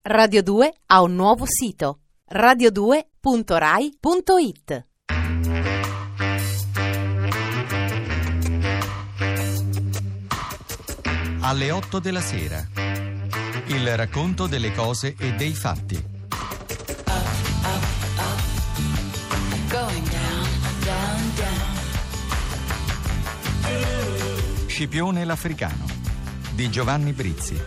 Radio 2 ha un nuovo sito: radio2.rai.it. Alle 8 della sera. Il racconto delle cose e dei fatti. Scipione l'Africano di Giovanni Brizzi.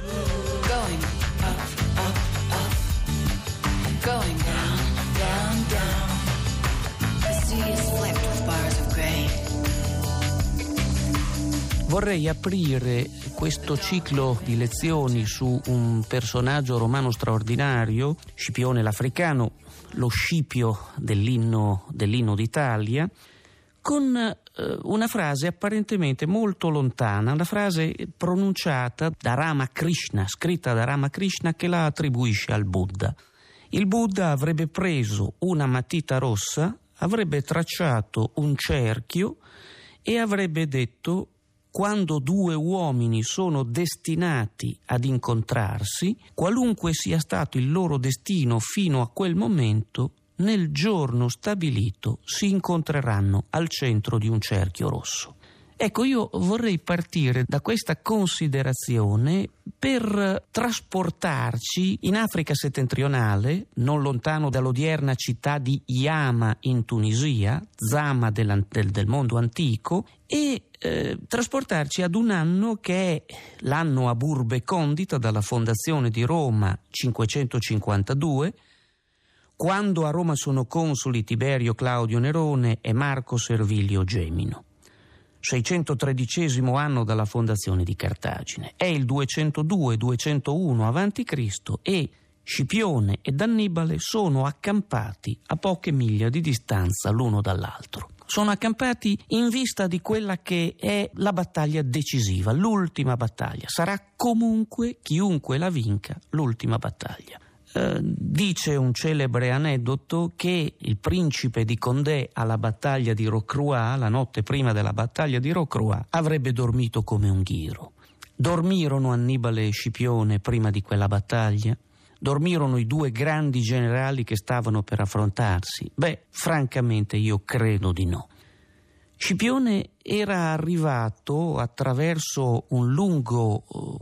Vorrei aprire questo ciclo di lezioni su un personaggio romano straordinario, Scipione l'Africano, lo Scipio dell'inno d'Italia, con una frase apparentemente molto lontana, una frase pronunciata da Ramakrishna, scritta da Ramakrishna, che la attribuisce al Buddha. Il Buddha avrebbe preso una matita rossa, avrebbe tracciato un cerchio e avrebbe detto: quando due uomini sono destinati ad incontrarsi, qualunque sia stato il loro destino fino a quel momento, nel giorno stabilito si incontreranno al centro di un cerchio rosso. Ecco, io vorrei partire da questa considerazione per trasportarci in Africa settentrionale, non lontano dall'odierna città di Yama in Tunisia, Zama del mondo antico, e trasportarci ad un anno che è l'anno Aburbe Condita, dalla fondazione di Roma 552, quando a Roma sono consuli Tiberio Claudio Nerone e Marco Servilio Gemino. 613 anno dalla fondazione di Cartagine. È il 202-201 a.C. e Scipione ed Annibale sono accampati a poche miglia di distanza l'uno dall'altro. Sono accampati in vista di quella che è la battaglia decisiva, l'ultima battaglia. Sarà comunque, chiunque la vinca, l'ultima battaglia. Dice un celebre aneddoto che il principe di Condé alla battaglia di Rocroi, la notte prima della battaglia di Rocroi, avrebbe dormito come un ghiro. Dormirono Annibale e Scipione prima di quella battaglia? Dormirono i due grandi generali che stavano per affrontarsi? Francamente io credo di no. Scipione era arrivato attraverso un lungo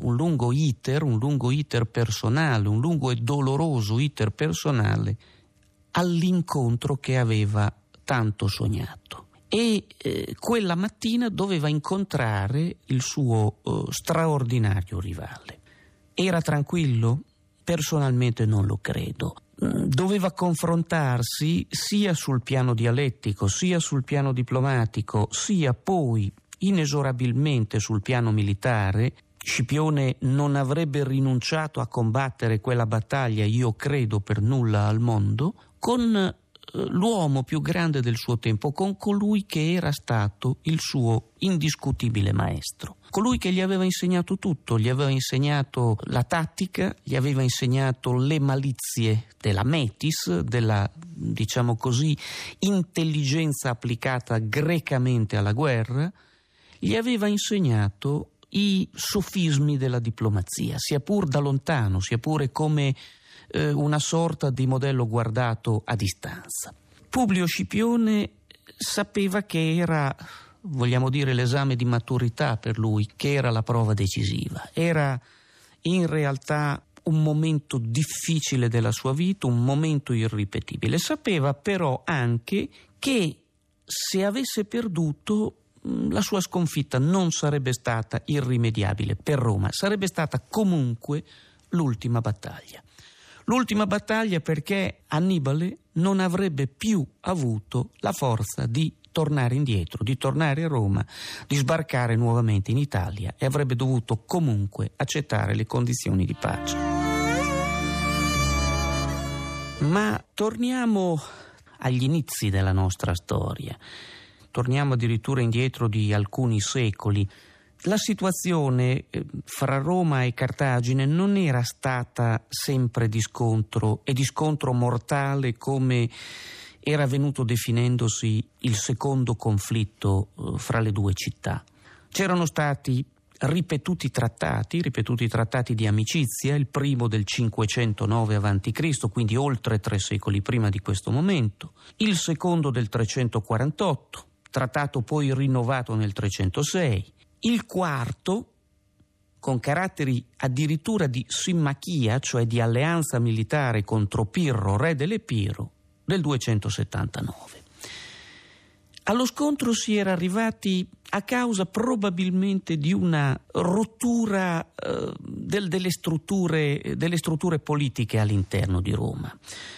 iter personale, un lungo e doloroso iter personale, all'incontro che aveva tanto sognato. E quella mattina doveva incontrare il suo straordinario rivale. Era tranquillo? Personalmente non lo credo. Doveva confrontarsi sia sul piano dialettico, sia sul piano diplomatico, sia poi inesorabilmente sul piano militare. Scipione non avrebbe rinunciato a combattere quella battaglia, io credo, per nulla al mondo, con l'uomo più grande del suo tempo, con colui che era stato il suo indiscutibile maestro, colui che gli aveva insegnato tutto, gli aveva insegnato la tattica, gli aveva insegnato le malizie della metis, della, diciamo così, intelligenza applicata grecamente alla guerra, gli aveva insegnato i sofismi della diplomazia, sia pur da lontano, sia pure come una sorta di modello guardato a distanza. Publio Scipione sapeva che era, vogliamo dire, l'esame di maturità per lui, che era la prova decisiva. Era in realtà un momento difficile della sua vita, un momento irripetibile. Sapeva però anche che se avesse perduto la sua sconfitta non sarebbe stata irrimediabile per Roma, sarebbe stata comunque l'ultima battaglia. L'ultima battaglia perché Annibale non avrebbe più avuto la forza di tornare indietro, di tornare a Roma, di sbarcare nuovamente in Italia e avrebbe dovuto comunque accettare le condizioni di pace. Ma torniamo agli inizi della nostra storia. Torniamo addirittura indietro di alcuni secoli. La situazione fra Roma e Cartagine non era stata sempre di scontro mortale come era venuto definendosi il secondo conflitto fra le due città. C'erano stati ripetuti trattati di amicizia, il primo del 509 a.C., quindi oltre 3 secoli prima di questo momento, il secondo del 348, trattato poi rinnovato nel 306, il quarto, con caratteri addirittura di simmachia, cioè di alleanza militare contro Pirro, re dell'Epiro, del 279. Allo scontro si era arrivati a causa probabilmente di una rottura delle strutture politiche all'interno di Roma.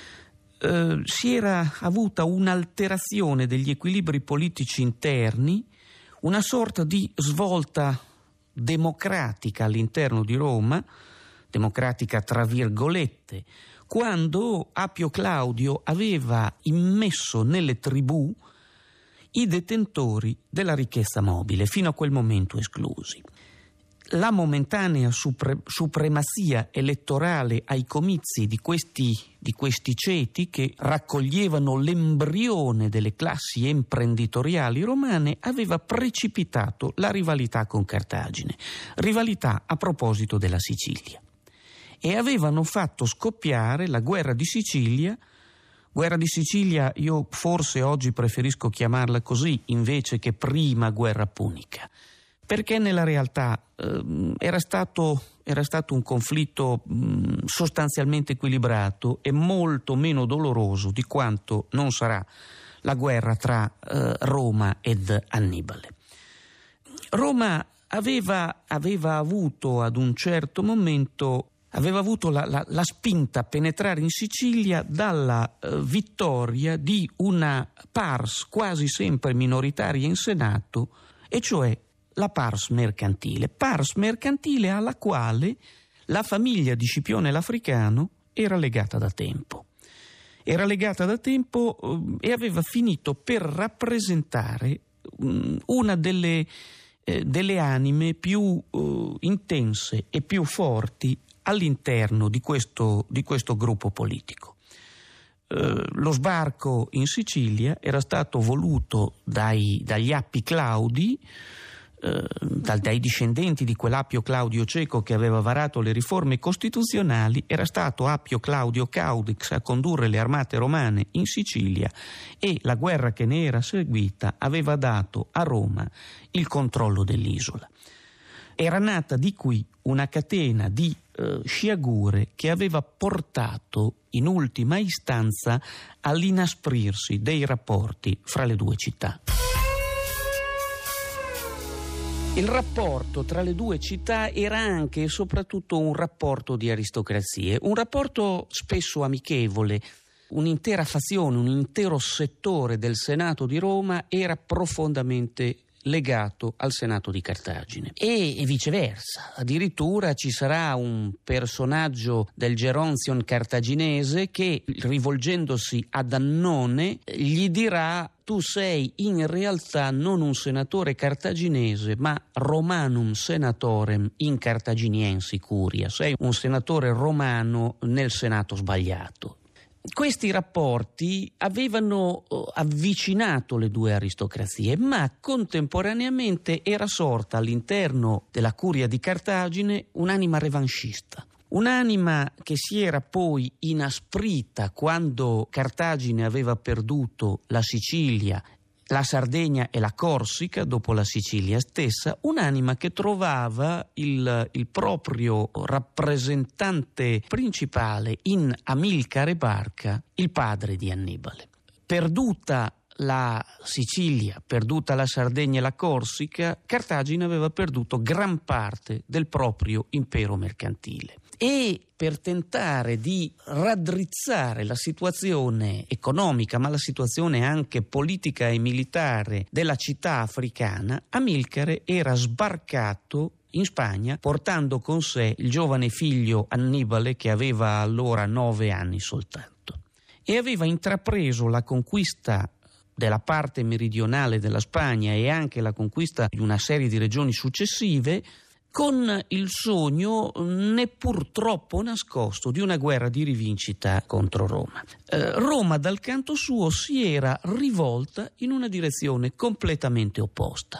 Si era avuta un'alterazione degli equilibri politici interni, una sorta di svolta democratica all'interno di Roma, democratica tra virgolette, quando Appio Claudio aveva immesso nelle tribù i detentori della ricchezza mobile, fino a quel momento esclusi. La momentanea supremazia elettorale ai comizi di questi ceti, che raccoglievano l'embrione delle classi imprenditoriali romane, aveva precipitato la rivalità con Cartagine, rivalità a proposito della Sicilia, e avevano fatto scoppiare la guerra di Sicilia. Guerra di Sicilia, io forse oggi preferisco chiamarla così invece che prima guerra punica, perché nella realtà era stato un conflitto sostanzialmente equilibrato e molto meno doloroso di quanto non sarà la guerra tra Roma ed Annibale. Roma aveva avuto ad un certo momento la spinta a penetrare in Sicilia dalla vittoria di una pars quasi sempre minoritaria in Senato, e cioè la pars mercantile alla quale la famiglia di Scipione l'Africano era legata da tempo. E aveva finito per rappresentare una delle anime più intense e più forti all'interno di questo gruppo politico. Lo sbarco in Sicilia era stato voluto dagli Appi Claudi, dai discendenti di quell'Appio Claudio Cieco che aveva varato le riforme costituzionali. Era stato Appio Claudio Caudex a condurre le armate romane in Sicilia, e la guerra che ne era seguita aveva dato a Roma il controllo dell'isola. Era nata di qui una catena di sciagure che aveva portato in ultima istanza all'inasprirsi dei rapporti fra le due città. Il rapporto tra le due città era anche e soprattutto un rapporto di aristocrazie, un rapporto spesso amichevole. Un'intera fazione, un intero settore del Senato di Roma era profondamente legato al Senato di Cartagine, e viceversa. Addirittura ci sarà un personaggio del Gerontion cartaginese che, rivolgendosi ad Annone, gli dirà: tu sei in realtà non un senatore cartaginese, ma Romanum senatorem in Cartaginiensi curia, sei un senatore romano nel Senato sbagliato. Questi rapporti avevano avvicinato le due aristocrazie, ma contemporaneamente era sorta all'interno della curia di Cartagine un'anima revanchista. Un'anima che si era poi inasprita quando Cartagine aveva perduto la Sicilia, la Sardegna e la Corsica dopo la Sicilia stessa, un'anima che trovava il proprio rappresentante principale in Amilcare Barca, il padre di Annibale. Perduta la Sicilia, perduta la Sardegna e la Corsica, Cartagine aveva perduto gran parte del proprio impero mercantile. E per tentare di raddrizzare la situazione economica, ma la situazione anche politica e militare della città africana, Amilcare era sbarcato in Spagna portando con sé il giovane figlio Annibale, che aveva allora 9 anni soltanto, e aveva intrapreso la conquista della parte meridionale della Spagna e anche la conquista di una serie di regioni successive, con il sogno neppur troppo nascosto di una guerra di rivincita contro Roma. Roma, dal canto suo, si era rivolta in una direzione completamente opposta.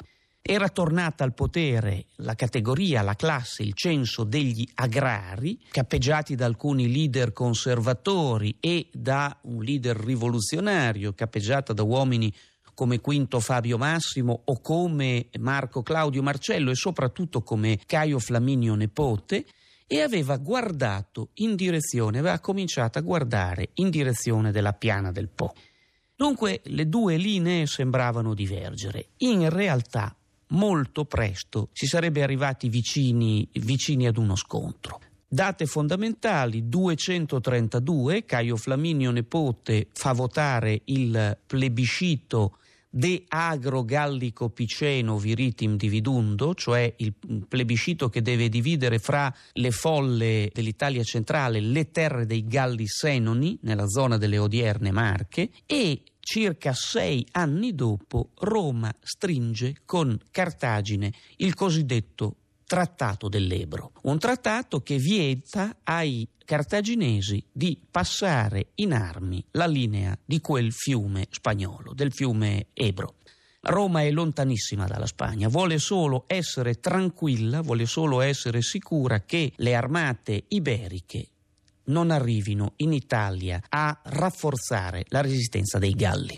Era tornata al potere la categoria, la classe, il censo degli agrari, cappeggiati da alcuni leader conservatori e da un leader rivoluzionario, cappeggiata da uomini come Quinto Fabio Massimo o come Marco Claudio Marcello e soprattutto come Caio Flaminio Nepote, e aveva cominciato a guardare in direzione della Piana del Po. Dunque le due linee sembravano divergere. In realtà molto presto si sarebbe arrivati vicini ad uno scontro. Date fondamentali: 232, Caio Flaminio Nepote fa votare il plebiscito De agro gallico piceno viritim dividundo, cioè il plebiscito che deve dividere fra le folle dell'Italia centrale le terre dei Galli Senoni, nella zona delle odierne Marche, e circa 6 anni dopo Roma stringe con Cartagine il cosiddetto Trattato dell'Ebro, un trattato che vieta ai cartaginesi di passare in armi la linea di quel fiume spagnolo, del fiume Ebro. Roma è lontanissima dalla Spagna, vuole solo essere tranquilla, vuole solo essere sicura che le armate iberiche non arrivino in Italia a rafforzare la resistenza dei Galli.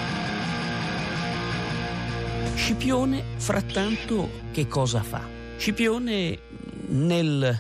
Scipione, frattanto, che cosa fa? Scipione nel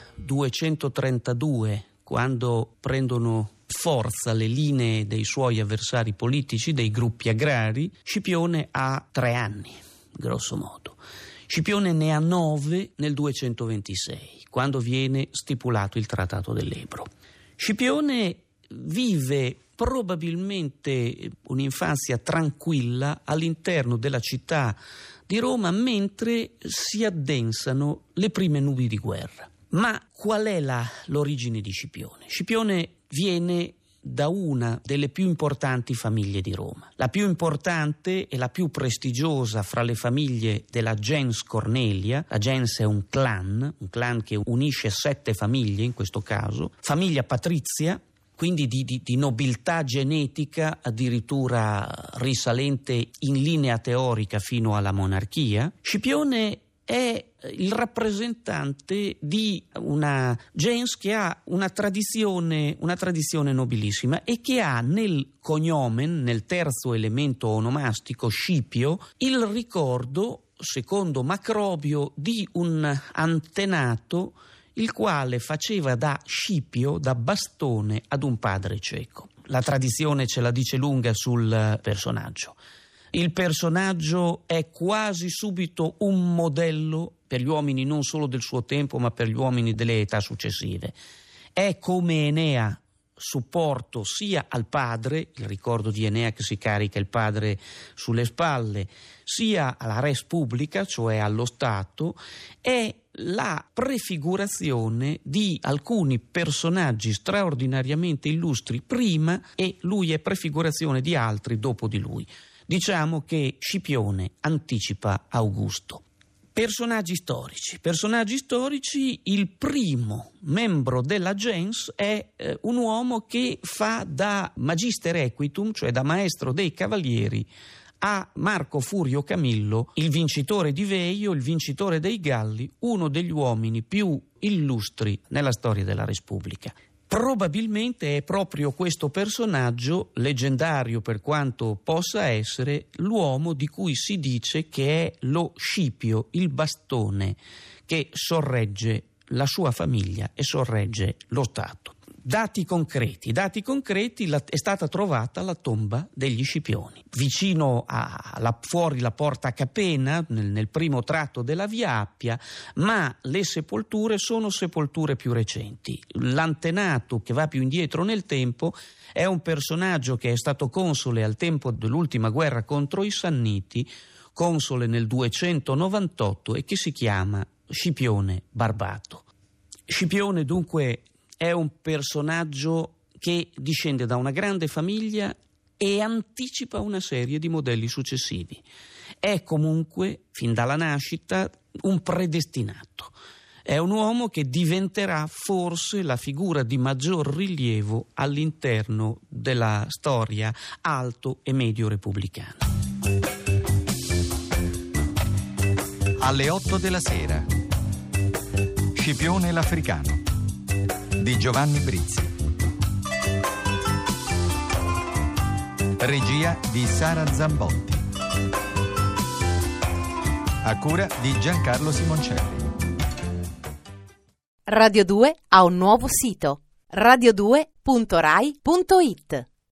232, quando prendono forza le linee dei suoi avversari politici, dei gruppi agrari, Scipione ha 3 anni, grosso modo. Scipione ne ha 9 nel 226, quando viene stipulato il Trattato dell'Ebro. Scipione vive probabilmente un'infanzia tranquilla all'interno della città di Roma, mentre si addensano le prime nubi di guerra. Ma qual è l'origine di Scipione? Scipione viene da una delle più importanti famiglie di Roma. La più importante e la più prestigiosa fra le famiglie della gens Cornelia. La gens è un clan che unisce 7 famiglie in questo caso, famiglia patrizia, quindi di nobiltà genetica addirittura risalente in linea teorica fino alla monarchia. Scipione è il rappresentante di una gens che ha una tradizione nobilissima e che ha nel cognomen, nel terzo elemento onomastico Scipio, il ricordo, secondo Macrobio, di un antenato il quale faceva da scipio, da bastone ad un padre cieco. La tradizione ce la dice lunga sul personaggio. Il personaggio è quasi subito un modello per gli uomini non solo del suo tempo, ma per gli uomini delle età successive. È come Enea, supporto sia al padre, il ricordo di Enea che si carica il padre sulle spalle, sia alla res publica, cioè allo Stato. È la prefigurazione di alcuni personaggi straordinariamente illustri prima e lui è prefigurazione di altri dopo di lui. Diciamo che Scipione anticipa Augusto. Personaggi storici, il primo membro della gens è un uomo che fa da magister equitum, cioè da maestro dei cavalieri, a Marco Furio Camillo, il vincitore di Veio, il vincitore dei Galli, uno degli uomini più illustri nella storia della Repubblica. Probabilmente è proprio questo personaggio, leggendario per quanto possa essere, l'uomo di cui si dice che è lo Scipio, il bastone che sorregge la sua famiglia e sorregge lo Stato. Dati concreti, è stata trovata la tomba degli Scipioni, vicino fuori la Porta Capena, nel primo tratto della Via Appia, ma le sepolture sono sepolture più recenti. L'antenato che va più indietro nel tempo è un personaggio che è stato console al tempo dell'ultima guerra contro i Sanniti, console nel 298 e che si chiama Scipione Barbato. Scipione dunque è un personaggio che discende da una grande famiglia e anticipa una serie di modelli successivi. È comunque, fin dalla nascita, un predestinato. È un uomo che diventerà forse la figura di maggior rilievo all'interno della storia alto e medio repubblicana. alle 8 della sera. Scipione l'Africano di Giovanni Brizzi. Regia di Sara Zambotti. A cura di Giancarlo Simoncelli. Radio 2 ha un nuovo sito: radio2.rai.it.